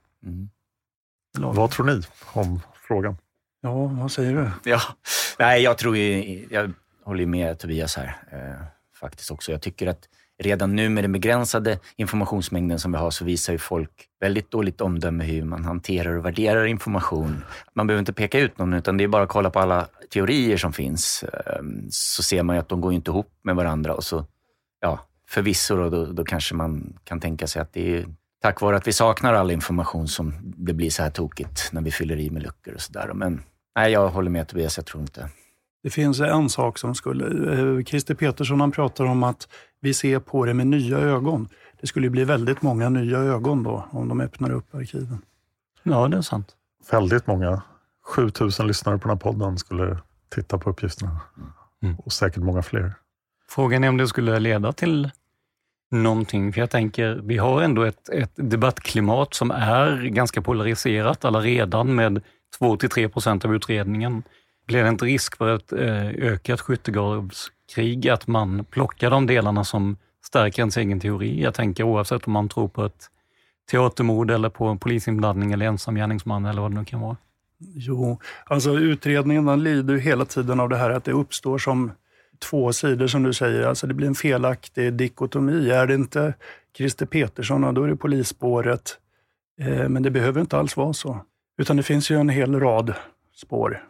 Vad tror ni om frågan? Ja, vad säger du? Ja, nej, jag håller med Tobias här faktiskt också. Jag tycker att redan nu med den begränsade informationsmängden som vi har så visar ju folk väldigt dåligt omdöme hur man hanterar och värderar information. Man behöver inte peka ut någon utan det är bara att kolla på alla teorier som finns. Så ser man ju att de går inte ihop med varandra och så förvisso då kanske man kan tänka sig att det är tack vare att vi saknar all information som det blir så här tokigt när vi fyller i med luckor och sådär. Men nej, jag håller med Tobias, jag tror inte. Det finns en sak som Christer Petersson, han pratar om att vi ser på det med nya ögon. Det skulle bli väldigt många nya ögon då om de öppnar upp arkiven. Ja, det är sant. Väldigt många. 7000 lyssnare på den här podden skulle titta på uppgifterna. Och säkert många fler. Frågan är om det skulle leda till någonting. För jag tänker, vi har ändå ett debattklimat som är ganska polariserat alla redan med 2-3% av utredningen. Blir det inte risk för ett ökat skyttegravskrig att man plockar de delarna som stärker ens egen teori? Jag tänker oavsett om man tror på ett teatermord eller på en polisinblandning eller ensamgärningsman eller vad det nu kan vara. Jo, alltså utredningen den lider hela tiden av det här att det uppstår som 2 sidor som du säger. Alltså det blir en felaktig dikotomi. Är det inte Christer Petersson, då är det polisspåret. Men det behöver inte alls vara så. Utan det finns ju en hel rad spår.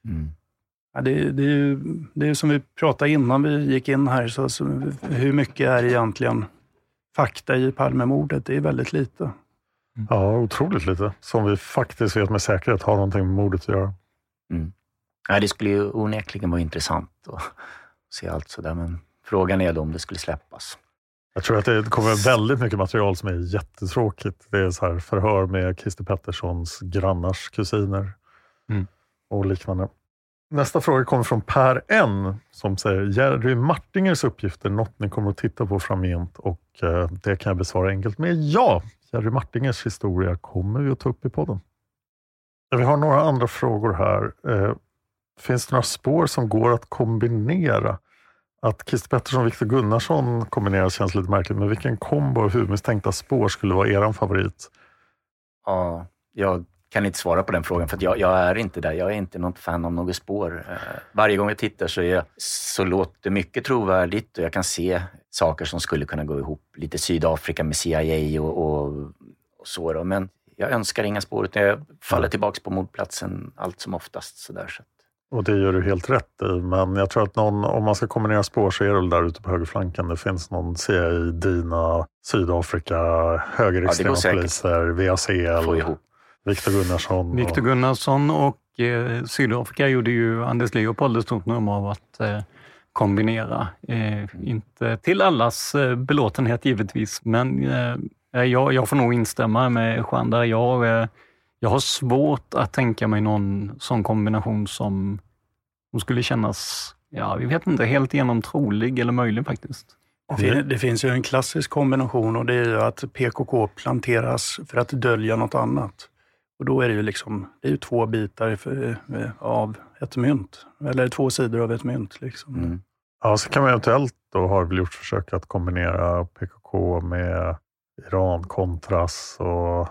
Ja, det är som vi pratade innan vi gick in här. Så hur mycket är egentligen fakta i Palmemordet? Det är väldigt lite. Ja, otroligt lite. Som vi faktiskt vet med säkerhet har någonting med mordet att göra. Ja, det skulle ju onekligen vara intressant att se allt sådär. Men frågan är då om det skulle släppas. Jag tror att det kommer väldigt mycket material som är jättetråkigt. Det är så här förhör med Christer Petterssons grannars kusiner och liknande. Nästa fråga kommer från Per N som säger: Jerry Martingers uppgifter något ni kommer att titta på framgent? Och det kan jag besvara enkelt med ja. Jerry Martingers historia kommer vi att ta upp i podden. Vi har några andra frågor här. Finns det några spår som går att kombinera? Att Christer Pettersson och Viktor Gunnarsson kombineras känns lite märkligt. Men vilken kombo av huvudmisstänkta spår skulle vara er favorit? Ja, jag kan inte svara på den frågan för att jag är inte där. Jag är inte något fan av något spår. Varje gång jag tittar så låter mycket trovärdigt och jag kan se saker som skulle kunna gå ihop. Lite Sydafrika med CIA och så då. Men jag önskar inga spår utan jag faller tillbaka på mordplatsen allt som oftast. Så. Och det gör du helt rätt i. Men jag tror att om man ska kombinera spår så är det där ute på högerflanken. Det finns någon CIA, Dina, Sydafrika, högerextrema poliser, VACL, Viktor Gunnarsson. Viktor Gunnarsson och Sydafrika gjorde ju Anders Leopold ett stort nummer av att kombinera. Inte till allas belåtenhet givetvis, men jag får nog instämma med Jean där. Jag har svårt att tänka mig någon sån kombination som skulle kännas, vi vet inte, helt igenom trolig eller möjlig faktiskt. Det finns ju en klassisk kombination och det är ju att PKK planteras för att dölja något annat. Och då är det ju det är ju 2 bitar av ett mynt. Eller 2 sidor av ett mynt liksom. Ja, så kan man eventuellt då har vi gjort försök att kombinera PKK med Iran-Contras och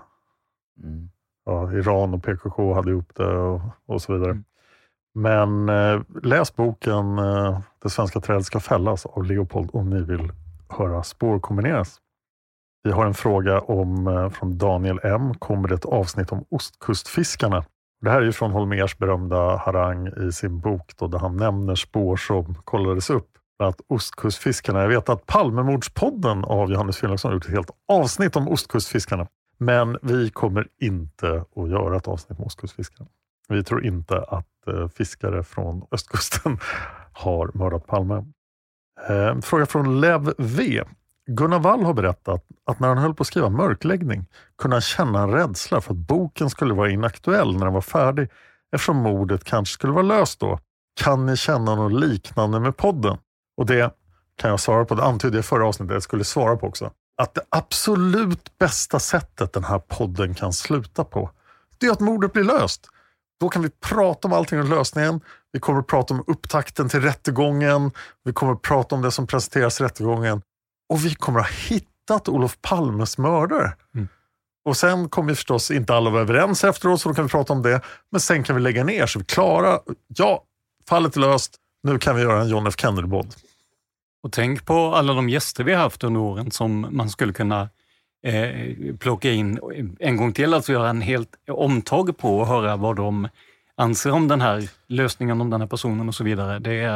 Iran och PKK hade ihop det och så vidare. Men läs boken Det svenska trädet ska fällas av Leopold om ni vill höra spår kombineras. Vi har en fråga från Daniel M. Kommer det ett avsnitt om ostkustfiskarna? Det här är ju från Holmers berömda harang i sin bok då, där han nämner spår som kollades upp. Att ostkustfiskarna, jag vet att Palmemordspodden av Johannes Finnlaugsson har gjort ett helt avsnitt om ostkustfiskarna. Men vi kommer inte att göra ett avsnitt om ostkustfiskarna. Vi tror inte att fiskare från östkusten har mördat Palme. Fråga från Lev V. Gunnar Wall har berättat att när han höll på att skriva Mörkläggning kunde han känna en rädsla för att boken skulle vara inaktuell när den var färdig eftersom mordet kanske skulle vara löst då. Kan ni känna något liknande med podden? Och det kan jag svara på, det antydde jag förra avsnittet jag skulle svara på också. Att det absolut bästa sättet den här podden kan sluta på, det är att mordet blir löst. Då kan vi prata om allting om lösningen. Vi kommer att prata om upptakten till rättegången. Vi kommer att prata om det som presenteras i rättegången. Och vi kommer att ha hittat Olof Palmes mördare. Och sen kommer vi förstås inte alla vara överens efteråt, så då kan vi prata om det. Men sen kan vi lägga ner så vi klarar. Ja, fallet är löst. Nu kan vi göra en John F. Kennedy-podd. Och tänk på alla de gäster vi har haft under åren som man skulle kunna plocka in en gång till. Alltså göra en helt omtag på och höra vad de anser om den här lösningen, om den här personen och så vidare.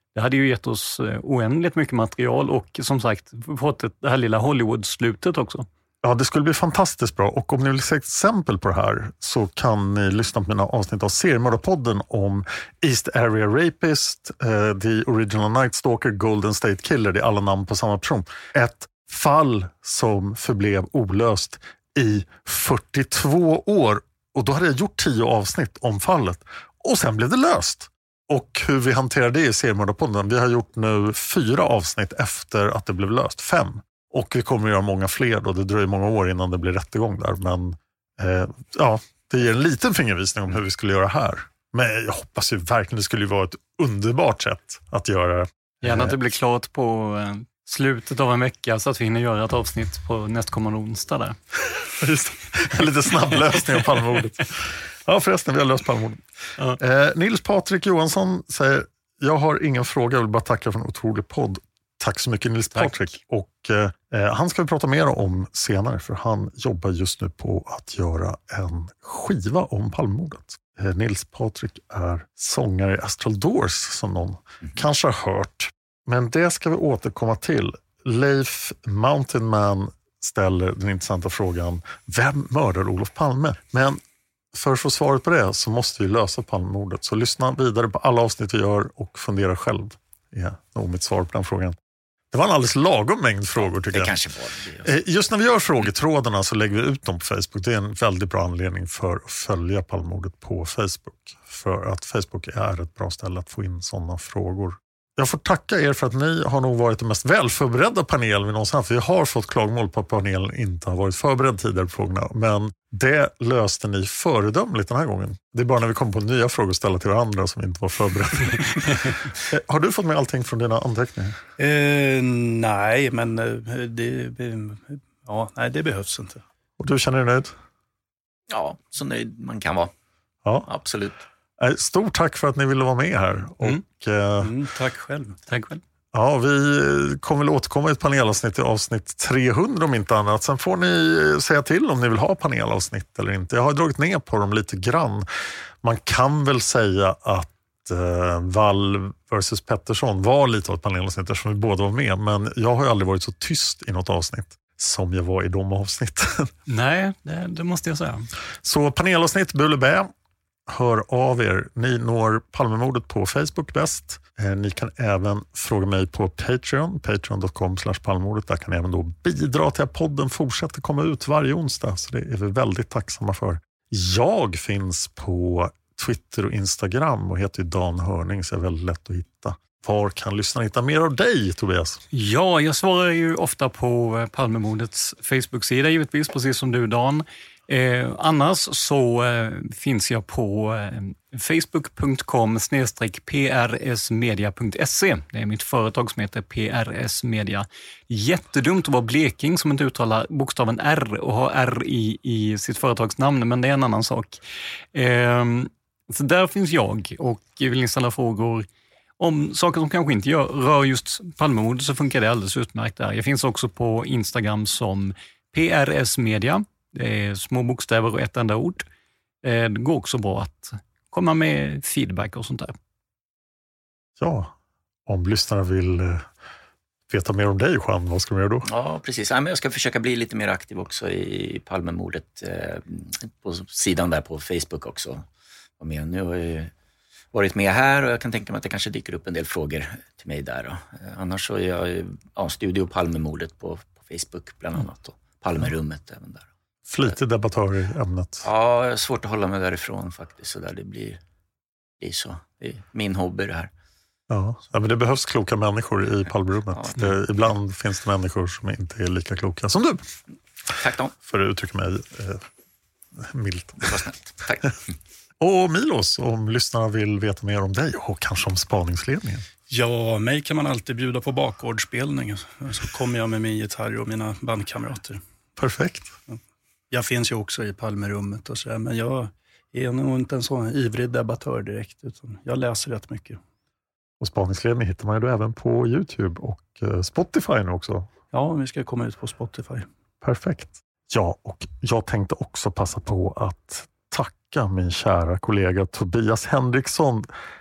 Det hade ju gett oss oändligt mycket material och som sagt fått det här lilla Hollywood-slutet också. Ja, det skulle bli fantastiskt bra. Och om ni vill se exempel på det här så kan ni lyssna på mina avsnitt av Seriemördarpodden om East Area Rapist, The Original Night Stalker, Golden State Killer. Det är alla namn på samma person. Ett fall som förblev olöst i 42 år. Och då hade jag gjort 10 avsnitt om fallet. Och sen blev det löst. Och hur vi hanterar det i Seriemördarpodden. Vi har gjort nu 4 avsnitt efter att det blev löst. 5. Och vi kommer att göra många fler då. Det dröjer många år innan det blir rättegång där. Men det ger en liten fingervisning om hur vi skulle göra här. Men jag hoppas ju verkligen det skulle vara ett underbart sätt att göra det. Gärna att det blir klart på slutet av en vecka så att vi hinner göra ett avsnitt på nästkommande onsdag där. Just det. En lite snabb lösning av Palmemordet. Ja, förresten, vi har löst Palmemordet. Ja. Nils Patrik Johansson säger, jag har ingen fråga, jag vill bara tacka för en otrolig podd. Tack så mycket Nils Patrik. Och han ska vi prata mer om senare för han jobbar just nu på att göra en skiva om Palmemordet. Nils Patrik är sångare i Astral Doors som någon kanske har hört. Men det ska vi återkomma till. Leif Mountain Man ställer den intressanta frågan, vem mördar Olof Palme? Men för att få svaret på det så måste vi lösa Palmemordet. Så lyssna vidare på alla avsnitt vi gör och fundera själv. Ja, nog mitt svar på den frågan. Det var en alldeles lagom mängd frågor tycker jag. Kanske var. Just när vi gör frågetrådarna så lägger vi ut dem på Facebook. Det är en väldigt bra anledning för att följa Palmemordet på Facebook. För att Facebook är ett bra ställe att få in sådana frågor. Jag får tacka er för att ni har nog varit den mest välförberedda panelen vi någonsin haft. För vi har fått klagomål på att panelen inte har varit förberedd tidigare på frågorna. Men det löste ni föredömligt den här gången. Det är bara när vi kommer på nya frågor att ställa till varandra som vi inte var förberedda. Har du fått med allting från dina anteckningar? Nej, men det behövs inte. Och du känner dig nöjd? Ja, så nöjd man kan vara. Ja. Absolut. Stort tack för att ni ville vara med här. Och, tack själv. Ja, vi kommer väl återkomma i ett panelavsnitt i avsnitt 300 om inte annat. Sen får ni säga till om ni vill ha panelavsnitt eller inte. Jag har dragit ner på dem lite grann. Man kan väl säga att Wall versus Pettersson var lite av ett panelavsnitt eftersom vi båda var med. Men jag har ju aldrig varit så tyst i något avsnitt som jag var i de avsnitten. Nej, det måste jag säga. Så panelavsnitt Bulebä. Hör av er. Ni når Palmemordet på Facebook bäst. Ni kan även fråga mig på Patreon. Patreon.com/Palmemordet. Där kan ni även då bidra till att podden fortsätter komma ut varje onsdag. Så det är vi väldigt tacksamma för. Jag finns på Twitter och Instagram och heter Dan Hörning så är det väldigt lätt att hitta. Var kan lyssnarna hitta mer av dig, Tobias? Ja, jag svarar ju ofta på Palmemordets Facebook-sida givetvis, precis som du, Dan. Annars så finns jag på facebook.com/prsmedia.se. Det är mitt företag som heter PRS Media. Jättedumt att vara bleking som inte uttalar bokstaven R och ha R i sitt företagsnamn, men det är en annan sak. Så där finns jag och vill ni ställa frågor om saker som kanske inte rör just Palmemordet så funkar det alldeles utmärkt där. Jag finns också på Instagram som PRS Media. Det är små bokstäver och ett enda ord. Det går också bra att komma med feedback och sånt där. Ja, om lyssnarna vill veta mer om dig, Juan, vad ska vi göra då? Ja, precis. Jag ska försöka bli lite mer aktiv också i Palmemordet på sidan där på Facebook också. Nu har jag varit med här och jag kan tänka mig att det kanske dyker upp en del frågor till mig där. Då. Annars så är jag Studio Palmemordet på Facebook bland annat och Palmerummet även där. Flitig debattör i ämnet. Ja, det är svårt att hålla mig därifrån faktiskt. Så där det blir så. Det är min hobby det här. Ja, men det behövs kloka människor i Palmerummet. Ja. Ibland finns det människor som inte är lika kloka som du. Tack då. För att uttrycka mig milt. Det var snällt. Tack. Och Milos, om lyssnarna vill veta mer om dig och kanske om spaningsledningen. Ja, mig kan man alltid bjuda på bakgårdsspelning. Så kommer jag med min gitarr och mina bandkamrater. Perfekt. Jag finns ju också i Palmerummet och så, men jag är nog inte en sån ivrig debattör direkt, utan jag läser rätt mycket. Och spaningsledning hittar man ju då även på YouTube och Spotify nu också. Ja, vi ska komma ut på Spotify. Perfekt. Ja, och jag tänkte också passa på att tacka min kära kollega Tobias Henriksson.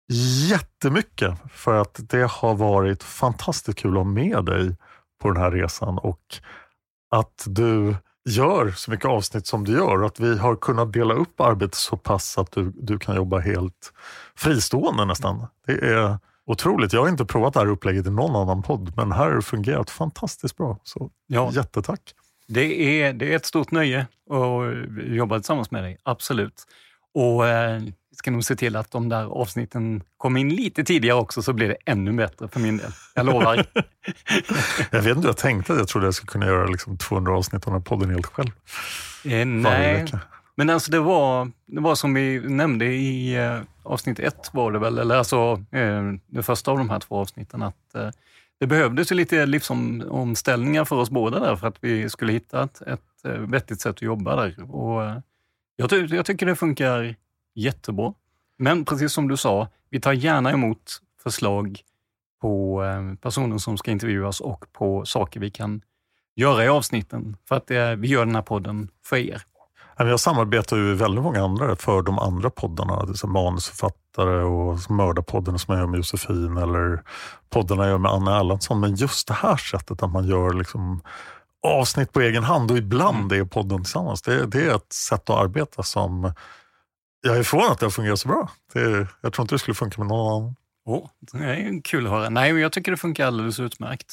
jättemycket för att det har varit fantastiskt kul att ha med dig på den här resan och att du gör så mycket avsnitt som du gör och att vi har kunnat dela upp arbetet så pass att du kan jobba helt fristående nästan. Det är otroligt. Jag har inte provat det här upplägget i någon annan podd, men här har det fungerat fantastiskt bra. Så jättetack. Det är ett stort nöje att jobba tillsammans med dig, absolut. Och ska nog se till att de där avsnitten kommer in lite tidigare också, så blir det ännu bättre för min del. Jag lovar. Jag vet inte, jag tänkte att jag trodde jag skulle kunna göra liksom 200 avsnitt av den här podden helt själv. Nej, men alltså det var som vi nämnde i avsnitt 1 var det väl, eller alltså det första av de här 2 avsnitten, att det behövdes ju lite livsomställningar för oss båda där för att vi skulle hitta ett vettigt sätt att jobba där. Och jag tycker det funkar jättebra. Men precis som du sa, vi tar gärna emot förslag på personer som ska intervjuas och på saker vi kan göra i avsnitten. För att vi gör den här podden för er. Jag samarbetar ju väldigt många andra för de andra poddarna. Som manusförfattare och mördarpodden som jag gör med Josefin eller poddarna jag gör med Anna Erlandsson. Men just det här sättet att man gör liksom avsnitt på egen hand och ibland är podden tillsammans. Det är ett sätt att arbeta som jag är ifrån att det fungerar så bra. Jag tror inte det skulle funka med någon annan. Det är kul att höra. Nej, men jag tycker det funkar alldeles utmärkt.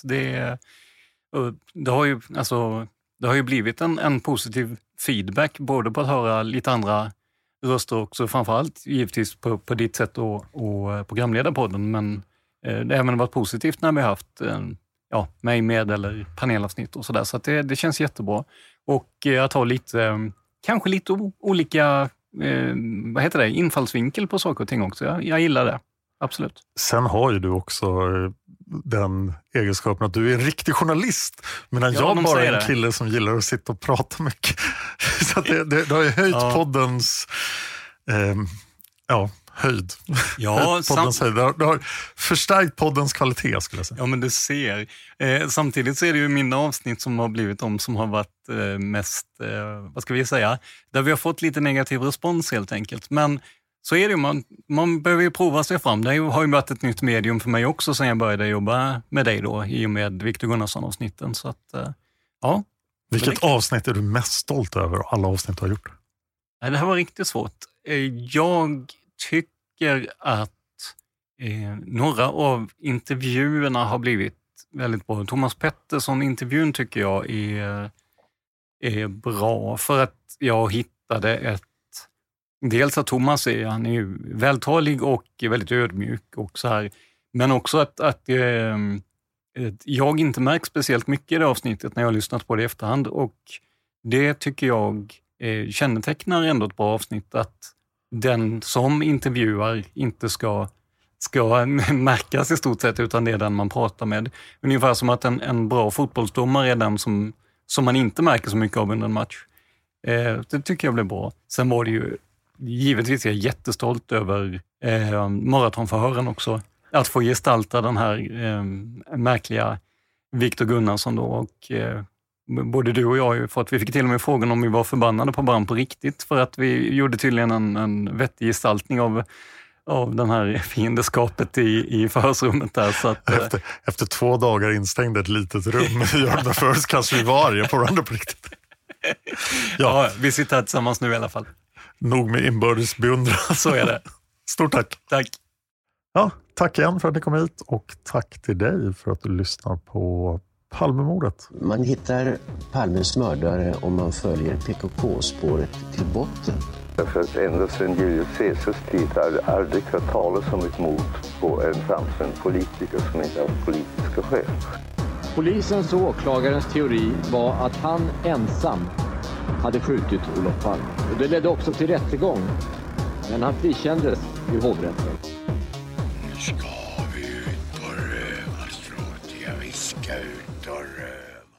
Det har ju blivit en positiv feedback både på att höra lite andra röster också, framförallt givetvis på ditt sätt och programleda podden, men det har även varit positivt när vi har haft mig med eller panelavsnitt och sådär, så att det känns jättebra. Och att ha kanske lite olika infallsvinkel på saker och ting också. Jag gillar det, absolut. Sen har ju du också den egenskapen att du är en riktig journalist, medan jag bara är en kille som gillar att sitta och prata mycket. Så att det har ju höjt poddens höjd. Ja, poddens höjd. Det har förstärkt poddens kvalitet, skulle jag säga. Ja, men du ser. Samtidigt så är det ju mina avsnitt som har blivit de som har varit mest, vad ska vi säga, där vi har fått lite negativ respons helt enkelt. Men så är det ju, man behöver ju prova sig fram. Det har ju varit ett nytt medium för mig också sen jag började jobba med dig då, i och med Victor Gunnarsson-avsnitten. Så att, ja. Vilket avsnitt är du mest stolt över alla avsnitt du har gjort? Det här var riktigt svårt. Jag tycker att några av intervjuerna har blivit väldigt bra. Thomas Pettersson-intervjun tycker jag är bra, för att jag hittade dels att Thomas han är ju vältalig och väldigt ödmjuk och så här, men också att jag inte märker speciellt mycket i det avsnittet när jag har lyssnat på det i efterhand, och det tycker jag kännetecknar ändå ett bra avsnitt, att den som intervjuar inte ska märkas i stort sett, utan det är den man pratar med. Ungefär som att en bra fotbollsdomare är den som man inte märker så mycket av under en match. Det tycker jag blev bra. Sen var det ju givetvis, jag är jättestolt över maratonförhören också. Att få gestalta den här märkliga Victor Gunnarsson då, och både du och jag har ju vi fick till och med frågan om vi var förbannade på varandra på riktigt, för att vi gjorde tydligen en vettig gestaltning av den här fiendeskapet i förhörsrummet där. Så att, efter 2 dagar instängd i ett litet rum gör det först, kanske vi var arga på varandra på riktigt. Ja, vi sitter här tillsammans nu i alla fall. Nog med inbördes beundran. Så är det. Stort tack. Tack. Ja, tack igen för att ni kom hit, och tack till dig för att du lyssnar på Palmemordet. Man hittar Palmes mördare om man följer PKK-spåret till botten. Därför att ända sedan Julius Caesars tid har det aldrig hört talas om ett mord på en framstående politiker som inte har politiska skäl. Polisens och åklagarens teori var att han ensam hade skjutit Olof Palme. Och det ledde också till rättegång, men han frikändes i hovrätten. Nu ska vi ut på rövarstråt, vi ska ut och röva.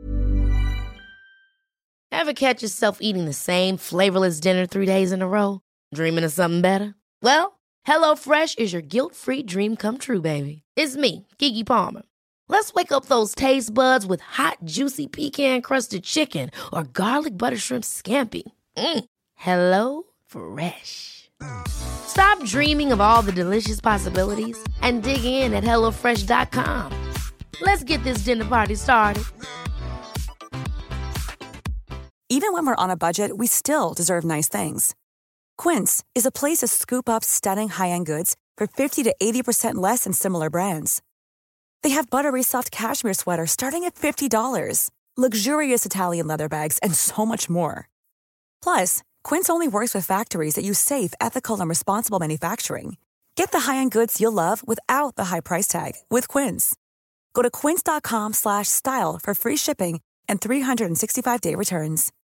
Ever catch yourself eating the same flavorless dinner 3 days in a row? Dreaming of something better? Well, HelloFresh is your guilt-free dream come true, baby. It's me, Keke Palmer. Let's wake up those taste buds with hot, juicy pecan-crusted chicken or garlic butter shrimp scampi. Hello Fresh. Stop dreaming of all the delicious possibilities and dig in at HelloFresh.com. Let's get this dinner party started. Even when we're on a budget, we still deserve nice things. Quince is a place to scoop up stunning high-end goods for 50 to 80% less than similar brands. They have buttery soft cashmere sweaters starting at $50, luxurious Italian leather bags, and so much more. Plus, Quince only works with factories that use safe, ethical, and responsible manufacturing. Get the high-end goods you'll love without the high price tag with Quince. Go to quince.com/style for free shipping and 365-day returns.